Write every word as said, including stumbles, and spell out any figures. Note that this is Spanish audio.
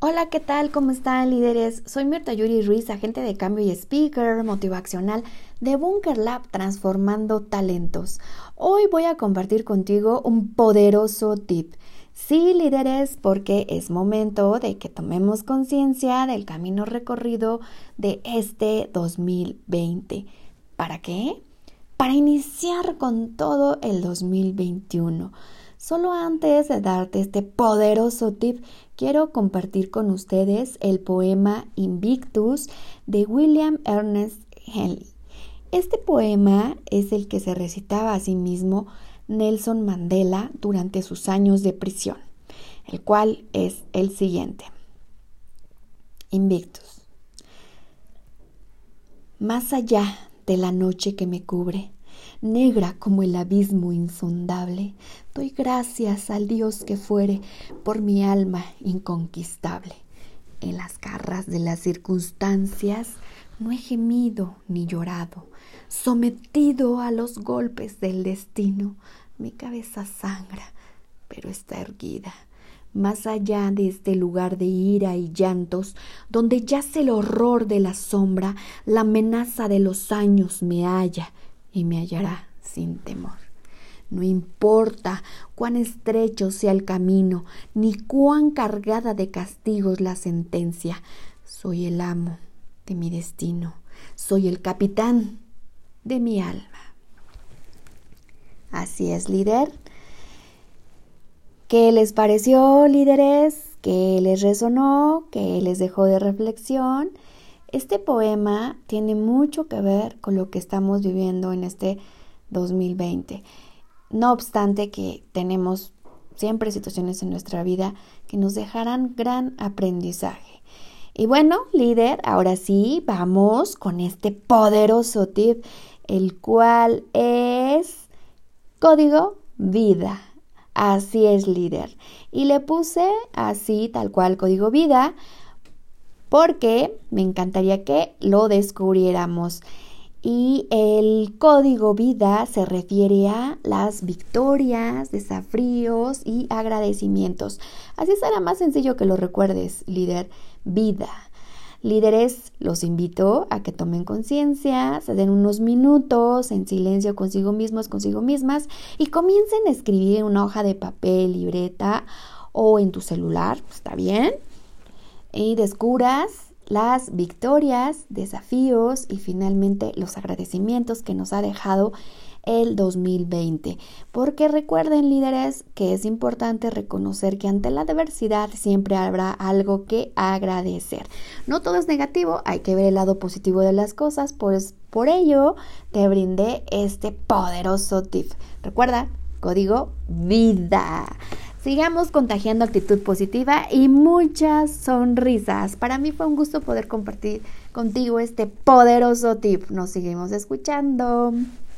Hola, ¿qué tal? ¿Cómo están, líderes? Soy Mirta Yuri Ruiz, agente de cambio y speaker motivacional de Bunker Lab Transformando Talentos. Hoy voy a compartir contigo un poderoso tip. Sí, líderes, porque es momento de que tomemos conciencia del camino recorrido de este dos mil veinte. ¿Para qué? Para iniciar con todo el dos mil veintiuno. Solo antes de darte este poderoso tip, quiero compartir con ustedes el poema Invictus de William Ernest Henley. Este poema es el que se recitaba a sí mismo Nelson Mandela durante sus años de prisión, el cual es el siguiente. Invictus. Más allá de la noche que me cubre, negra como el abismo insondable, doy gracias al Dios que fuere por mi alma inconquistable. En las garras de las circunstancias no he gemido ni llorado, sometido a los golpes del destino. Mi cabeza sangra, pero está erguida. Más allá de este lugar de ira y llantos, donde yace el horror de la sombra, la amenaza de los años me halla y me hallará sin temor. No importa cuán estrecho sea el camino, ni cuán cargada de castigos la sentencia. Soy el amo de mi destino, soy el capitán de mi alma. Así es, líder. ¿Qué les pareció, líderes? ¿Qué les resonó? ¿Qué les dejó de reflexión? Este poema tiene mucho que ver con lo que estamos viviendo en este dos mil veinte. No obstante que tenemos siempre situaciones en nuestra vida que nos dejarán gran aprendizaje. Y bueno, líder, ahora sí, vamos con este poderoso tip, el cual es código vida. Así es, líder. Y le puse así, tal cual, código vida, porque me encantaría que lo descubriéramos. Y el código vida se refiere a las victorias, desafíos y agradecimientos. Así será más sencillo que lo recuerdes, líder. Vida. Líderes, los invito a que tomen conciencia, se den unos minutos en silencio consigo mismos, consigo mismas y comiencen a escribir en una hoja de papel, libreta o en tu celular, ¿está bien? Y descubras las victorias, desafíos y finalmente los agradecimientos que nos ha dejado el dos mil veinte. Porque recuerden, líderes, que es importante reconocer que ante la adversidad siempre habrá algo que agradecer. No todo es negativo, hay que ver el lado positivo de las cosas, pues por ello te brindé este poderoso tip. Recuerda, código vida. Sigamos contagiando actitud positiva y muchas sonrisas. Para mí fue un gusto poder compartir contigo este poderoso tip. Nos seguimos escuchando.